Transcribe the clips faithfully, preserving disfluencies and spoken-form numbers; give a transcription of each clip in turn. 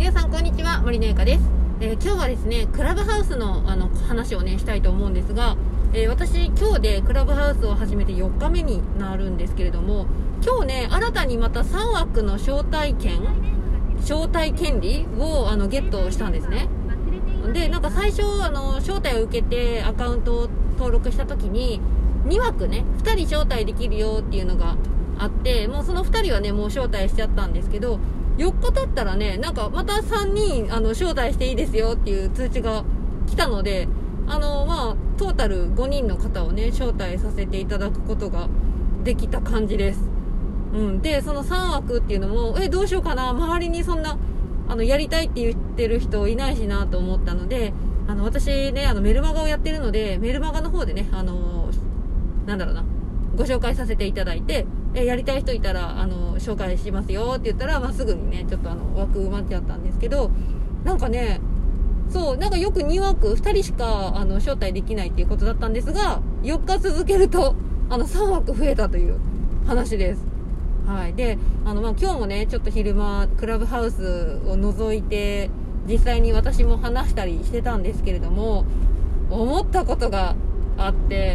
皆さんこんにちは、森のゆかです。えー、今日はですねクラブハウス の, あの話をねしたいと思うんですが、えー、私今日でクラブハウスを始めてよっかめになるんですけれども、今日ね新たにまたさんわくの招待券招待権利をあのゲットしたんですね。でなんか最初あの招待を受けてアカウントを登録した時ににわくねふたり招待できるよっていうのがあって、もうそのふたりはねもう招待しちゃったんですけど、よっか経ったらねなんかまたさんにんあの招待していいですよっていう通知が来たので、あのまあトータルごにんの方をね招待させていただくことができた感じです。うん、でそのさんわくっていうのもえどうしようかな、周りにそんなあのやりたいって言ってる人いないしなと思ったので、あの私ねあのメルマガをやってるのでメルマガの方でねあのなんだろうなご紹介させていただいて、えやりたい人いたらあの紹介しますよって言ったら、まあ、すぐにねちょっとあの枠埋まっちゃったんですけど、なんかねそうなんかよくにわくふたりしかあの招待できないっていうことだったんですが、よっか続けるとあのさんわく増えたという話です。はい、であの、まあ、今日もねちょっと昼間クラブハウスを覗いて実際に私も話したりしてたんですけれども、思ったことがあって、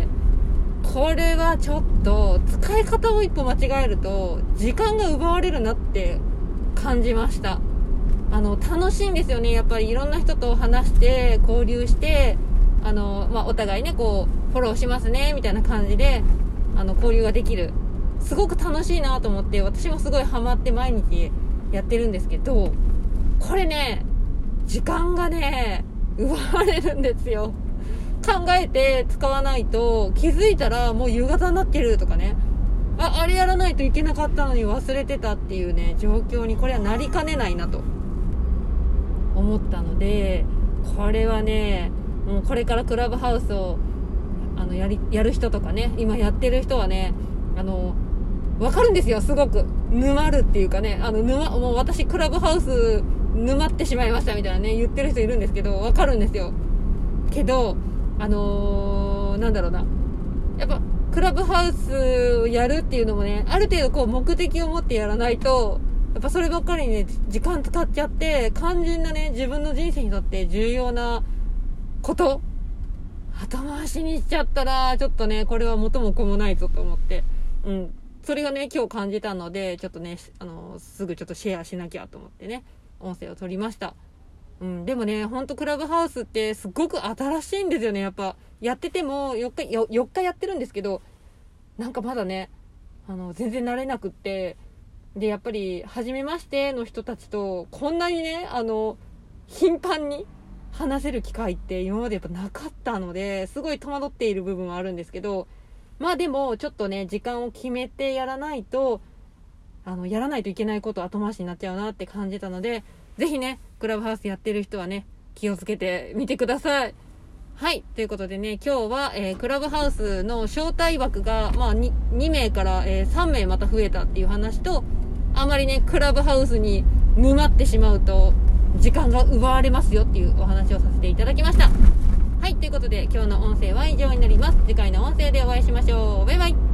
これはちょっと使い方を一歩間違えると時間が奪われるなって感じました。あの楽しいんですよね、やっぱりいろんな人と話して交流してあの、まあ、お互いねこうフォローしますねみたいな感じであの交流ができる、すごく楽しいなと思って私もすごいハマって毎日やってるんですけど、これね時間がね奪われるんですよ。考えて使わないと気づいたらもう夕方になってるとかね、あ、あれやらないといけなかったのに忘れてたっていうね状況にこれはなりかねないなと思ったので、これはねもうこれからクラブハウスをあのやりやる人とかね今やってる人はねあのわかるんですよ、すごく沼るっていうかね、あの沼もう私クラブハウス沼ってしまいましたみたいなね言ってる人いるんですけど、わかるんですよ。けどあのー、なんだろうな、やっぱクラブハウスをやるっていうのもねある程度こう目的を持ってやらないと、やっぱそればっかりにね時間使っちゃって肝心なね自分の人生にとって重要なこと後回しにしちゃったらちょっとねこれは元も子もないぞと思って、うんそれがね今日感じたのでちょっとねあのすぐちょっとシェアしなきゃと思ってね音声を取りました。うん、でもねほんとクラブハウスってすごく新しいんですよね。やっぱやっててもよっか、よっかやってるんですけど、なんかまだねあの全然慣れなくって、でやっぱり初めましての人たちとこんなにねあの頻繁に話せる機会って今までやっぱなかったので、すごい戸惑っている部分はあるんですけど、まあでもちょっとね時間を決めてやらないとあのやらないといけないこと後回しになっちゃうなって感じたので、ぜひねクラブハウスやってる人はね気をつけてみてください。はいということでね今日は、えー、クラブハウスの招待枠が、まあ、に, にめいから、えー、さんめいまた増えたっていう話と、あまりねクラブハウスに沼ってしまうと時間が奪われますよっていうお話をさせていただきました。はいということで今日の音声は以上になります。次回の音声でお会いしましょう。バイバイ。